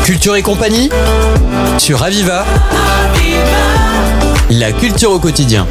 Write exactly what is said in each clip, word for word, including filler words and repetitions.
Culture et compagnie sur Aviva. La culture au quotidien.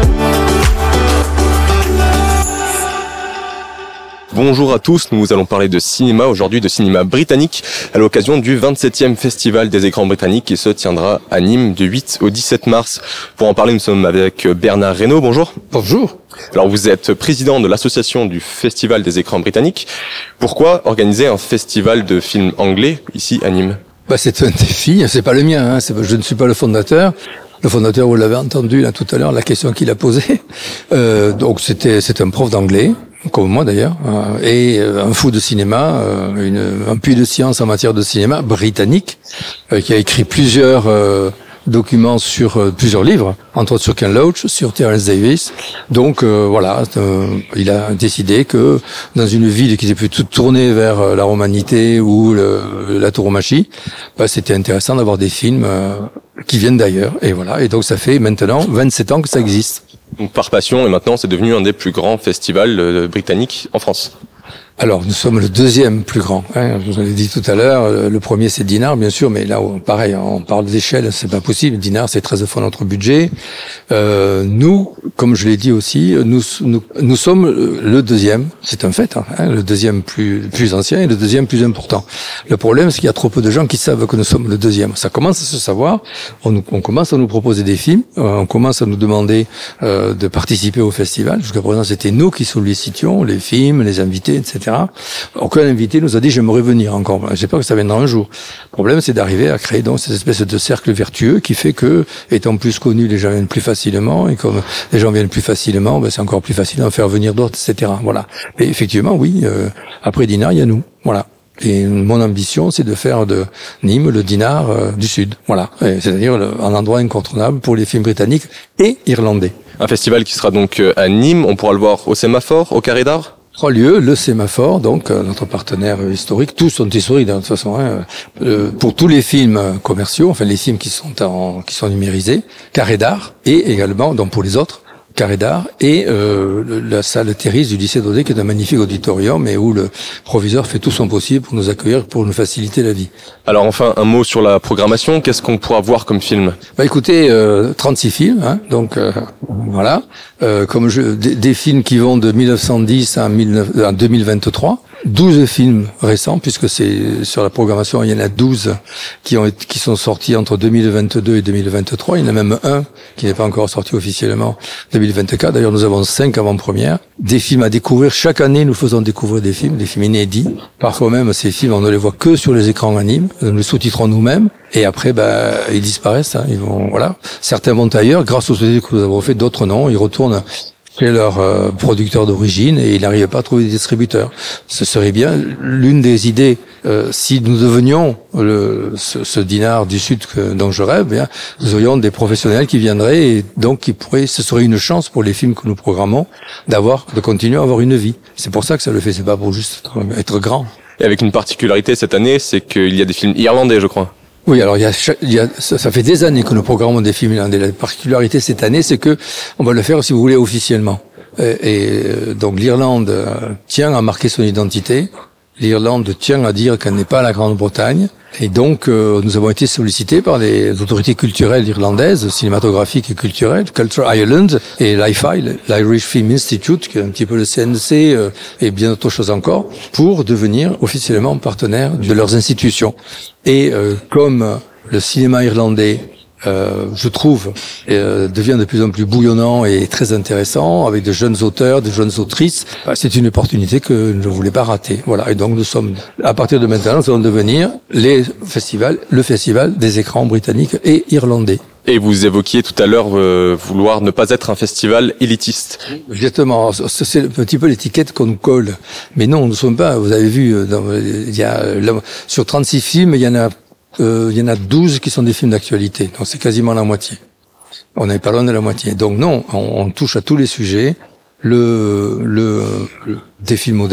Bonjour à tous, nous allons parler de cinéma, aujourd'hui de cinéma britannique, à l'occasion du vingt-septième Festival des écrans britanniques qui se tiendra à Nîmes du huit au dix-sept mars. Pour en parler, nous sommes avec Bernard Reynaud, bonjour. Bonjour. Alors vous êtes président de l'association du Festival des écrans britanniques. Pourquoi organiser un festival de films anglais ici à Nîmes ? Bah, c'est un défi, c'est pas le mien, hein. C'est, je ne suis pas le fondateur. Le fondateur, vous l'avez entendu là tout à l'heure, la question qu'il a posée. Euh, donc c'était, c'est un prof d'anglais, comme moi d'ailleurs, euh, et euh, un fou de cinéma, euh, une, un puits de science en matière de cinéma britannique, euh, qui a écrit plusieurs euh, documents sur euh, plusieurs livres, entre autres sur Ken Loach, sur Terence Davis. Donc euh, voilà, euh, il a décidé que dans une ville qui était plutôt tournée vers euh, la romanité ou le, la tauromachie, bah, c'était intéressant d'avoir des films euh, qui viennent d'ailleurs. Et voilà, et donc ça fait maintenant vingt-sept ans que ça existe. Donc par passion, et maintenant c'est devenu un des plus grands festivals euh, britanniques en France. Alors, nous sommes le deuxième plus grand. Hein, je vous l'ai dit tout à l'heure. Le premier, c'est Dinard, bien sûr, mais là, pareil, on parle d'échelle, c'est pas possible. Dinard, c'est treize fois notre budget. Euh, nous, comme je l'ai dit aussi, nous, nous, nous sommes le deuxième. C'est un fait, hein, le deuxième plus plus ancien et le deuxième plus important. Le problème, c'est qu'il y a trop peu de gens qui savent que nous sommes le deuxième. Ça commence à se savoir. On, on commence à nous proposer des films. On commence à nous demander euh, de participer au festival. Jusqu'à présent, c'était nous qui sollicitions les films, les invités, et cetera. Aucun invité nous a dit j'aimerais venir encore. J'espère que ça viendra un jour. Le problème, c'est d'arriver à créer donc cette espèce de cercle vertueux qui fait que, étant plus connus, les gens viennent plus facilement, et comme les gens viennent plus facilement, ben c'est encore plus facile d'en faire venir d'autres, et cetera. Voilà. Mais effectivement, oui. Euh, après Dinard, il y a nous. Voilà. Et mon ambition, c'est de faire de Nîmes le Dinard euh, du Sud. Voilà. Et c'est-à-dire le, un endroit incontournable pour les films britanniques et irlandais. Un festival qui sera donc à Nîmes. On pourra le voir au Sémaphore, au Carré d'Art. Trois lieux, le Sémaphore, donc euh, notre partenaire euh, historique, tous sont historiques de toute façon, hein, euh, pour tous les films euh, commerciaux, enfin les films qui sont en, qui sont numérisés, Carré d'Art, et également, donc pour les autres, Carré d'Art, et euh, le, la salle Thérèse du lycée d'Audet, qui est un magnifique auditorium, et où le proviseur fait tout son possible pour nous accueillir, pour nous faciliter la vie. Alors enfin, un mot sur la programmation, qu'est-ce qu'on pourra voir comme film ? Bah écoutez, euh, trente-six films, hein, donc euh, voilà, euh, comme je, des, des films qui vont de mille neuf cent dix à, mille neuf, à deux mille vingt-trois, douze films récents, puisque c'est sur la programmation, il y en a douze qui ont qui sont sortis entre deux mille vingt-deux et deux mille vingt-trois. Il y en a même un qui n'est pas encore sorti officiellement, deux mille vingt-quatre. D'ailleurs, nous avons cinq avant-premières. Des films à découvrir. Chaque année, nous faisons découvrir des films, des films inédits. Parfois même, ces films, on ne les voit que sur les écrans à Nîmes. Nous les sous-titrons nous-mêmes. Et après, bah, ils disparaissent. Hein. Ils vont, voilà. Certains vont ailleurs, grâce aux sociétés que nous avons fait. D'autres non. Ils retournent chez leur euh, producteur d'origine et ils n'arrivent pas à trouver des distributeurs. Ce serait bien l'une des idées, euh, si nous devenions le, ce, ce Dinard du Sud que, dont je rêve, bien, nous aurions des professionnels qui viendraient et donc qui pourraient, ce serait une chance pour les films que nous programmons d'avoir, de continuer à avoir une vie. C'est pour ça que ça le fait, c'est pas pour juste être grand. Et avec une particularité cette année, c'est qu'il y a des films irlandais, je crois. Oui, alors il y a, il y a ça, ça fait des années que nous programmons des films irlandais. La particularité cette année, c'est que on va le faire, si vous voulez, officiellement. Et, et donc l'Irlande tient à marquer son identité. L'Irlande tient à dire qu'elle n'est pas la Grande-Bretagne. Et donc, euh, nous avons été sollicités par les autorités culturelles irlandaises, cinématographiques et culturelles, Culture Ireland et l'I F I, l'Irish Film Institute, qui est un petit peu le C N C euh, et bien d'autres choses encore, pour devenir officiellement partenaires de leurs institutions. Et euh, comme le cinéma irlandais, Euh, je trouve, euh, devient de plus en plus bouillonnant et très intéressant, avec de jeunes auteurs, de jeunes autrices. C'est une opportunité que je ne voulais pas rater. Voilà. Et donc nous sommes, à partir de maintenant, nous allons devenir les festivals, le festival des écrans britanniques et irlandais. Et vous évoquiez tout à l'heure euh, vouloir ne pas être un festival élitiste. Exactement. C'est un petit peu l'étiquette qu'on nous colle. Mais non, nous ne sommes pas. Vous avez vu, dans, il y a sur trente-six films, il y en a Euh, il y en a douze qui sont des films d'actualité, donc c'est quasiment la moitié. On n'est pas loin de la moitié. Donc non, on, on touche à tous les sujets, le, le, le des films modernes,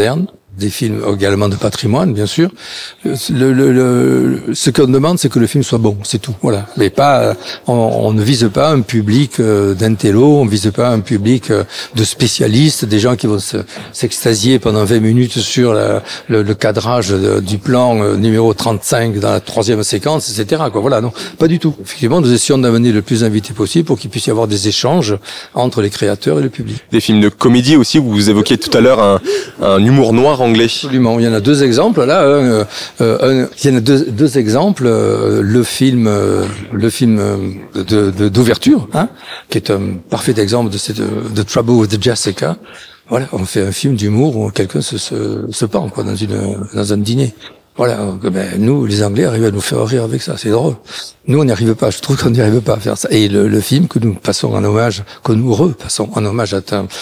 des films également de patrimoine, bien sûr. Le, le, le, ce qu'on demande, c'est que le film soit bon, c'est tout. Voilà. Mais pas, on, on ne vise pas un public euh, d'intello, on ne vise pas un public euh, de spécialistes, des gens qui vont se, s'extasier pendant vingt minutes sur la, le, le cadrage de, du plan euh, numéro trente-cinq dans la troisième séquence, et cetera. Quoi. Voilà, non, pas du tout. Effectivement, nous essayons d'amener le plus d'invités possible pour qu'il puisse y avoir des échanges entre les créateurs et le public. Des films de comédie aussi, vous évoquiez tout à l'heure un, un humour noir anglais. Absolument. Il y en a deux exemples là. Euh, euh, il y en a deux, deux exemples. Euh, le film, euh, le film de, de, d'ouverture, hein, qui est un parfait exemple de cette de Trouble with Jessica. Voilà, on fait un film d'humour où quelqu'un se se, se pend quoi dans une dans un dîner. Voilà, ben, nous, les Anglais arrivent à nous faire rire avec ça, c'est drôle. Nous, on n'y arrive pas, je trouve qu'on n'y arrive pas à faire ça. Et le, le film que nous passons en hommage, que nous repassons en hommage à Tom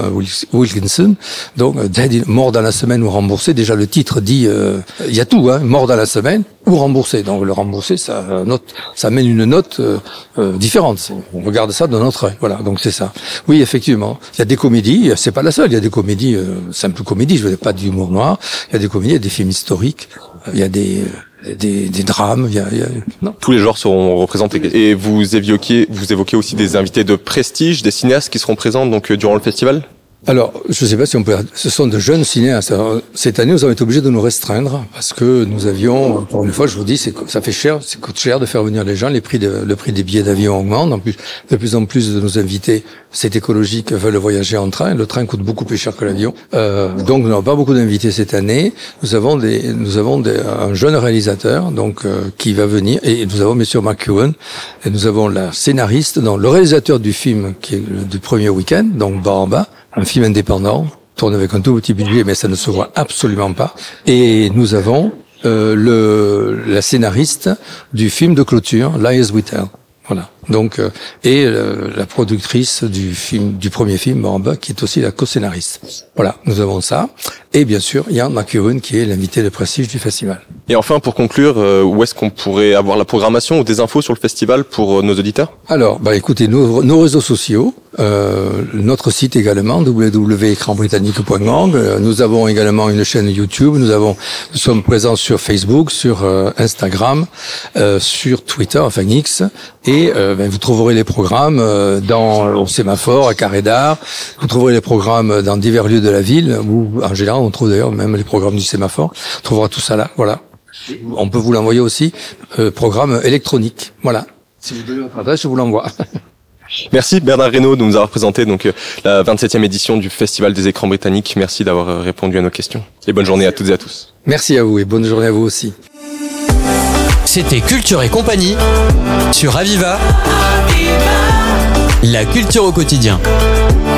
Wilkinson, donc Dead, mort dans la semaine ou remboursé, déjà le titre dit, euh, il y a tout, hein, mort dans la semaine ou remboursé. Donc le remboursé, ça note, ça amène une note euh, euh, différente. On regarde ça de notre œil, voilà, donc c'est ça. Oui, effectivement, il y a des comédies, c'est pas la seule, il y a des comédies, euh, simples comédies, je veux dire pas d'humour noir, il y a des comédies, il y a des films historiques, il y a des... Des, des drames, il y a, il y a non. Tous les genres seront représentés. Et vous évoquiez, vous évoquez aussi des invités de prestige, des cinéastes qui seront présents donc durant le festival. Alors, je ne sais pas si on peut... Ce sont de jeunes cinéastes. Alors, cette année, nous avons été obligés de nous restreindre parce que nous avions, pour une fois, je vous dis, c'est, ça fait cher, ça coûte cher de faire venir les gens. Les prix de, le prix des billets d'avion augmente. En plus, de plus en plus de nos invités, c'est écologique, veulent voyager en train. Le train coûte beaucoup plus cher que l'avion. Euh, donc, nous n'avons pas beaucoup d'invités cette année. Nous avons des, nous avons des, un jeune réalisateur, donc, euh, qui va venir. Et nous avons Monsieur McEwan. Et nous avons la scénariste, donc, le réalisateur du film, qui est le, du premier week-end, donc, bas en bas. Un film indépendant, tourné avec un tout petit budget, mais ça ne se voit absolument pas. Et nous avons euh, le la scénariste du film de clôture, Lies We Tell. Voilà. Donc euh, et euh, la productrice du film du premier film, Bamba, qui est aussi la co-scénariste. Voilà, nous avons ça. Et bien sûr, Ian McEwan, qui est l'invité de prestige du festival. Et enfin, pour conclure, euh, où est-ce qu'on pourrait avoir la programmation ou des infos sur le festival pour euh, nos auditeurs ? Alors, bah écoutez, nos, nos réseaux sociaux, euh, notre site également, w w w point écran britannique point org. Euh, nous avons également une chaîne YouTube. Nous avons, nous sommes présents sur Facebook, sur euh, Instagram, euh, sur Twitter, enfin X. Et euh, ben, vous trouverez les programmes euh, dans au Sémaphore, à Carré d'Art. Vous trouverez les programmes dans divers lieux de la ville, où en général on trouve d'ailleurs même les programmes du Sémaphore. On trouvera tout ça là, voilà. On peut vous l'envoyer aussi, euh, programme électronique, voilà. Si vous donnez votre adresse, je vous l'envoie. Merci Bernard Reynaud de nous avoir présenté donc la vingt-septième édition du Festival des écrans britanniques. Merci d'avoir répondu à nos questions. Et bonne journée à toutes et à tous. Merci à vous et bonne journée à vous aussi. C'était Culture et compagnie sur Aviva, la culture au quotidien.